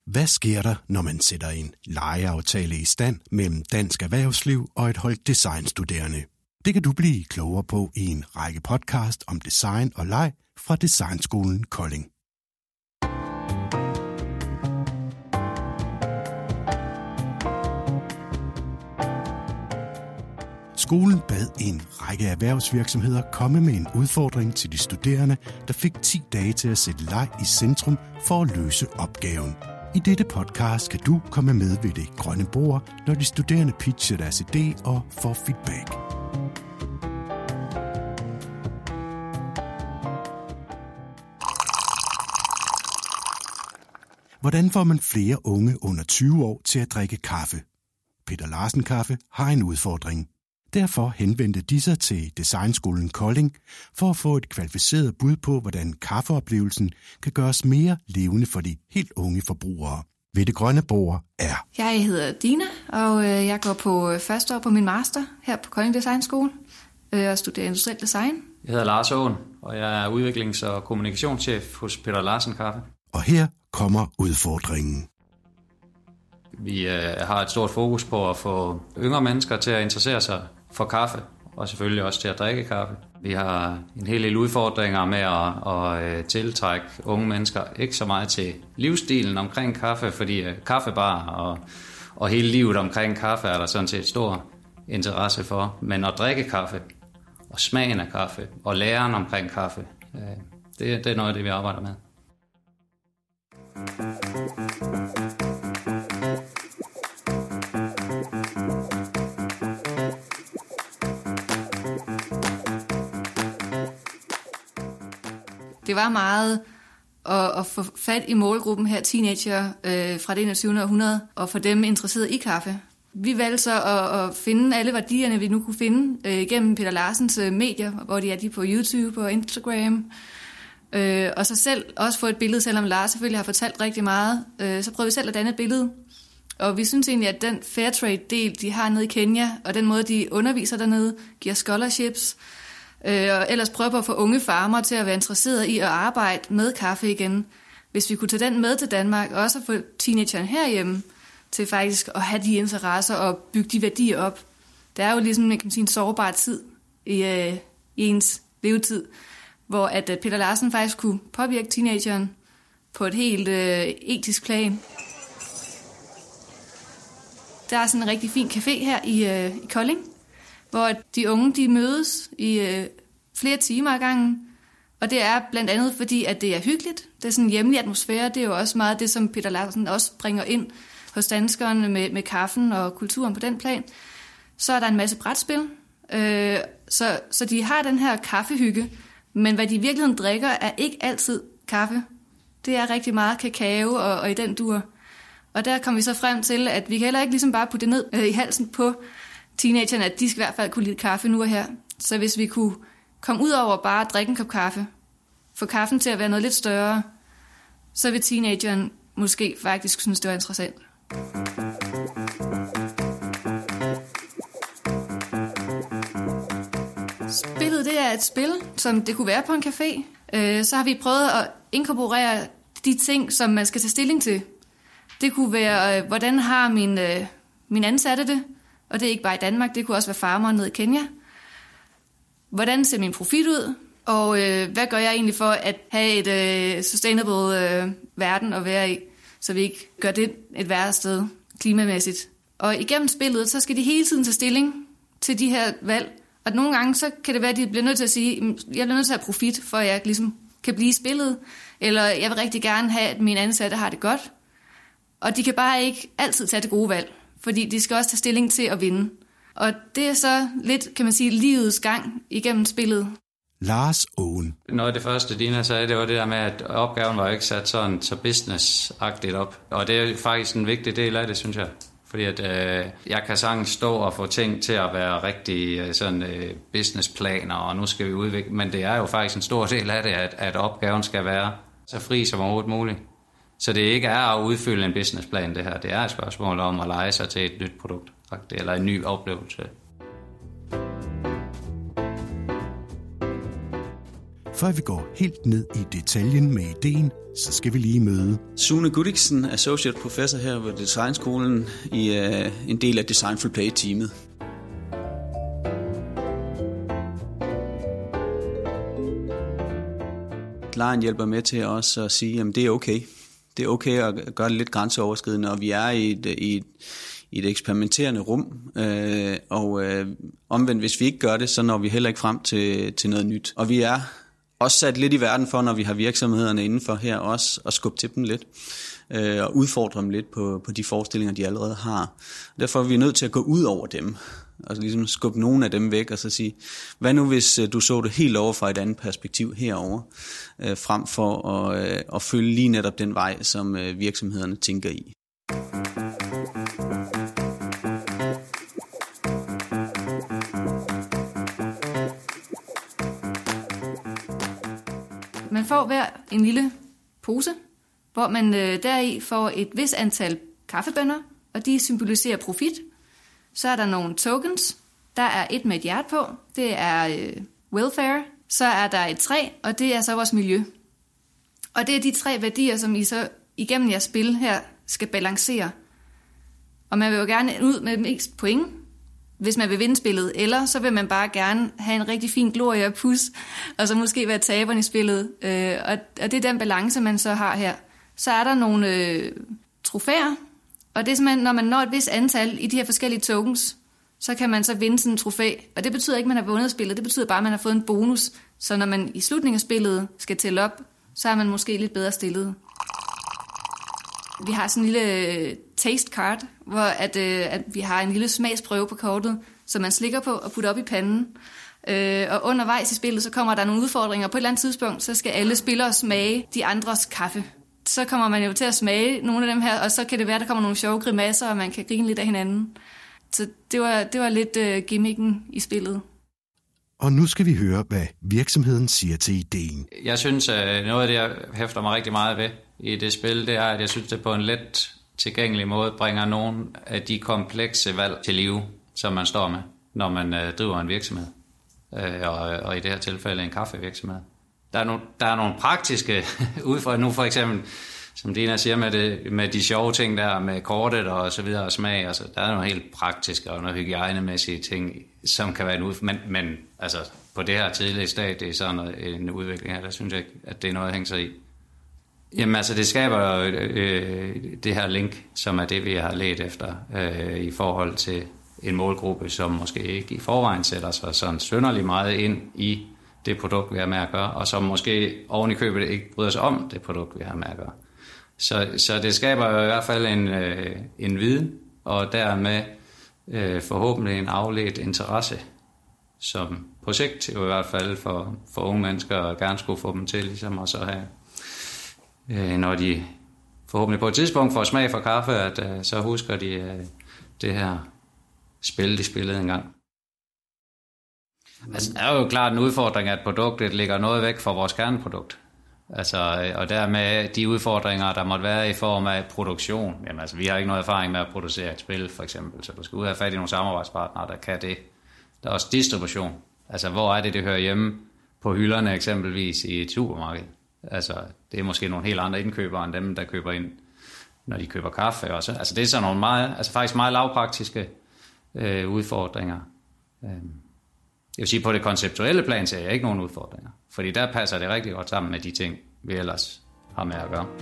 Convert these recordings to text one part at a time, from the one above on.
Hvad sker der, når man sætter en lejeaftale i stand mellem dansk erhvervsliv og et hold designstuderende? Det kan du blive klogere på i en række podcast om design og leg fra Designskolen Kolding. Skolen bad en række erhvervsvirksomheder komme med en udfordring til de studerende, der fik 10 dage til at sætte leg i centrum for at løse opgaven. I dette podcast kan du komme med ved det grønne bord, når de studerende pitcher deres idé og får feedback. Hvordan får man flere unge under 20 år til at drikke kaffe? Peter Larsen Kaffe har en udfordring. Derfor henvendte de sig til Designskolen Kolding for at få et kvalificeret bud på, hvordan kaffeoplevelsen kan gøres mere levende for de helt unge forbrugere. Ved det grønne bord er... Jeg hedder Dina, og jeg går på første år på min master her på Kolding Designskole og studerer industriel design. Jeg hedder Lars Åen, og jeg er udviklings- og kommunikationschef hos Peter Larsen Kaffe. Og her kommer udfordringen. Vi har et stort fokus på at få yngre mennesker til at interessere sig for kaffe, og selvfølgelig også til at drikke kaffe. Vi har en hel del udfordringer med at tiltrække unge mennesker, ikke så meget til livsstilen omkring kaffe, fordi kaffebar og hele livet omkring kaffe er der sådan set stor interesse for. Men at drikke kaffe, og smagen af kaffe, og læren omkring kaffe, det er noget af det, vi arbejder med. Det var meget at få fat i målgruppen her, teenager fra det 21. århundrede, og få dem interesseret i kaffe. Vi valgte så at finde alle værdierne, vi nu kunne finde gennem Peter Larsens medier, hvor de er på YouTube og Instagram. Og så selv også få et billede, selvom Lars selvfølgelig har fortalt rigtig meget. Så prøvede vi selv at danne et billede. Og vi synes egentlig, at den Fairtrade-del, de har nede i Kenya, og den måde, de underviser dernede, giver scholarships, og ellers prøve på at få unge farmere til at være interesserede i at arbejde med kaffe igen. Hvis vi kunne tage den med til Danmark, og også få teenagerne herhjemme til faktisk at have de interesser og bygge de værdier op. Det er jo ligesom man kan sige, en sårbar tid i ens levetid, hvor at Peter Larsen faktisk kunne påvirke teenageren på et helt etisk plan. Der er sådan en rigtig fin café her i Kolding, hvor de unge de mødes i flere timer ad gangen. Og det er blandt andet fordi, at det er hyggeligt. Det er sådan en hjemlig atmosfære. Det er jo også meget det, som Peter Larsen også bringer ind hos danskerne med kaffen og kulturen på den plan. Så er der en masse brætspil. Så de har den her kaffehygge. Men hvad de i virkeligheden drikker, er ikke altid kaffe. Det er rigtig meget kakao og i den dur. Og der kom vi så frem til, at vi kan heller ikke ligesom bare putte det ned i halsen på teenagerne, at de skal i hvert fald kunne lide kaffe nu og her. Så hvis vi kunne komme ud over bare at drikke en kop kaffe, få kaffen til at være noget lidt større, så vil teenageren måske faktisk synes, det var interessant. Spillet, det er et spil, som det kunne være på en café. Så har vi prøvet at inkorporere de ting, som man skal tage stilling til. Det kunne være, hvordan har min ansatte det? Og det er ikke bare i Danmark, det kunne også være farmeren nede i Kenya. Hvordan ser min profit ud? Og hvad gør jeg egentlig for at have et sustainable verden at være i, så vi ikke gør det et værre sted klimamæssigt? Og igennem spillet, så skal de hele tiden tage stilling til de her valg. Og nogle gange, så kan det være, at de bliver nødt til at sige, jeg bliver nødt til at have profit, for at jeg ligesom kan blive i spillet. Eller jeg vil rigtig gerne have, at mine ansatte har det godt. Og de kan bare ikke altid tage det gode valg, fordi de skal også tage stilling til at vinde. Og det er så lidt, kan man sige, livets gang igennem spillet. Lars Åen. Noget af det første, Dina sagde, det var det der med, at opgaven var ikke sat sådan så business-agtigt op. Og det er faktisk en vigtig del af det, synes jeg. Fordi at jeg kan sagtens stå og få ting til at være rigtig sådan businessplaner, og nu skal vi udvikle. Men det er jo faktisk en stor del af det, at opgaven skal være så fri som overhovedet muligt. Så det ikke er at udfylde en businessplan, det her. Det er et spørgsmål om at lege sig til et nyt produkt, eller en ny oplevelse. Før vi går helt ned i detaljen med ideen, så skal vi lige møde Sune Gudiksen, Associate Professor her ved Designskolen i en del af Designful Play-teamet. Lejren hjælper med til os at sige, at det er okay. Det er okay at gøre det lidt grænseoverskridende, og vi er i et eksperimenterende rum, og omvendt, hvis vi ikke gør det, så når vi heller ikke frem til noget nyt. Og vi er også sat lidt i verden for, når vi har virksomhederne indenfor her også, at skubbe til dem lidt, og udfordre dem lidt på de forestillinger, de allerede har. Derfor er vi nødt til at gå ud over dem, og ligesom skubbe nogle af dem væk, og så sige, hvad nu hvis du så det helt over fra et andet perspektiv herover, frem for at følge lige netop den vej, som virksomhederne tænker i. Man får hver en lille pose, hvor man deri får et vis antal kaffebønner, og de symboliserer profit. Så er der nogle tokens. Der er et med et hjerte på. Det er welfare. Så er der et træ, og det er så vores miljø. Og det er de 3 værdier, som I så igennem jeres spil her skal balancere. Og man vil jo gerne ud med mest point, hvis man vil vinde spillet, eller så vil man bare gerne have en rigtig fin glorie og pus, og så måske være taberen i spillet. Og det er den balance, man så har her. Så er der nogle trofæer, og det er simpelthen, når man når et vis antal i de her forskellige tokens, så kan man så vinde sådan en trofæ. Og det betyder ikke, at man har vundet spillet, det betyder bare, at man har fået en bonus. Så når man i slutningen af spillet skal tælle op, så er man måske lidt bedre stillet. Vi har sådan en lille taste card, hvor at vi har en lille smagsprøve på kortet, som man slikker på og putter op i panden. Og undervejs i spillet, så kommer der nogle udfordringer. På et eller andet tidspunkt, så skal alle spillere smage de andres kaffe. Så kommer man jo til at smage nogle af dem her, og så kan det være, at der kommer nogle sjove grimasser, og man kan grine lidt af hinanden. Så det var lidt gimmicken i spillet. Og nu skal vi høre, hvad virksomheden siger til ideen. Jeg synes, noget af det, jeg hæfter mig rigtig meget ved i det spil, det er, at jeg synes, det på en let tilgængelig måde bringer nogle af de komplekse valg til live, som man står med, når man driver en virksomhed. Og i det her tilfælde en kaffevirksomhed. Der er nogle praktiske udfordringer. Nu for eksempel, som Dina siger med de sjove ting der, med kortet og så videre og smag. Altså, der er nogle helt praktiske og nogle hygiejnemæssige ting, som kan være en udfordring. Men altså, på det her tidlige stadie, det er sådan en udvikling her, der synes jeg ikke, at det er noget at hænge sig i. Jamen altså, det skaber det her link, som er det, vi har ledt efter i forhold til en målgruppe, som måske ikke i forvejen sætter sig sådan synderligt meget ind i det produkt, vi har med at gøre, og som måske oven i købet ikke bryder sig om det produkt, vi har med at gøre. Så det skaber i hvert fald en viden, og dermed forhåbentlig en afledt interesse, som på sigt jo i hvert fald for unge mennesker gerne skulle få dem til ligesom at så have, når de forhåbentlig på et tidspunkt får smag for kaffe, at så husker de det her spil, de spillede engang. Altså, det er jo klart en udfordring, at produktet ligger noget væk fra vores kerneprodukt. Altså, og dermed de udfordringer, der måtte være i form af produktion. Jamen, altså, vi har ikke noget erfaring med at producere et spil, for eksempel, så du skal ud og have fat i nogle samarbejdspartnere, der kan det. Der er også distribution. Altså, hvor er det hører hjemme på hylderne eksempelvis i et supermarked? Altså, det er måske nogle helt andre indkøbere end dem, der køber ind, når de køber kaffe også. Altså, det er sådan nogle faktisk meget lavpraktiske udfordringer. Jeg vil sige, på det konceptuelle plan ser jeg ikke nogen udfordringer. Fordi der passer det rigtig godt sammen med de ting, vi ellers har med at gøre.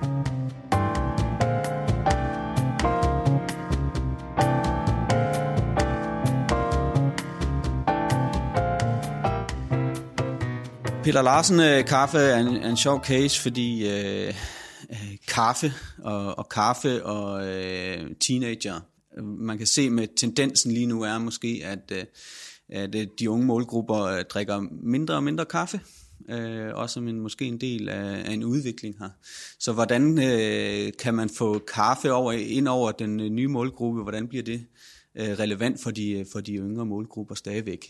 Peter Larsen kaffe er en sjov case, fordi kaffe og teenager, man kan se med tendensen lige nu er måske, at de unge målgrupper drikker mindre og mindre kaffe, også som måske en del af en udvikling her. Så hvordan kan man få kaffe ind over den nye målgruppe? Hvordan bliver det relevant for de yngre målgrupper stadigvæk?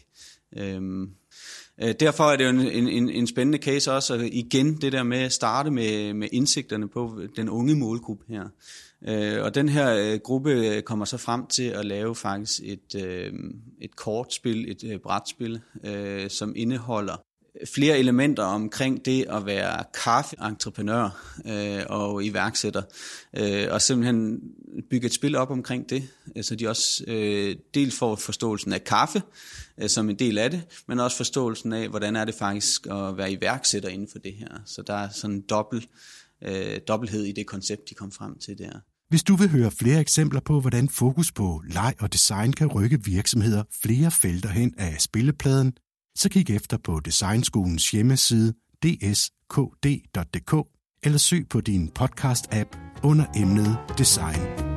Derfor er det jo en spændende case også, og igen det der med at starte med indsigterne på den unge målgruppe her. Og den her gruppe kommer så frem til at lave faktisk et kortspil, et brætspil, som indeholder flere elementer omkring det at være kaffeentreprenør og iværksætter, og simpelthen bygge et spil op omkring det, så de også dels får forståelsen af kaffe som en del af det, men også forståelsen af, hvordan er det faktisk at være iværksætter inden for det her. Så der er sådan en dobbelthed i det koncept, de kom frem til der. Hvis du vil høre flere eksempler på, hvordan fokus på leg og design kan rykke virksomheder flere felter hen af spillepladen, så kig efter på Designskolens hjemmeside dskd.dk eller søg på din podcast-app under emnet Design.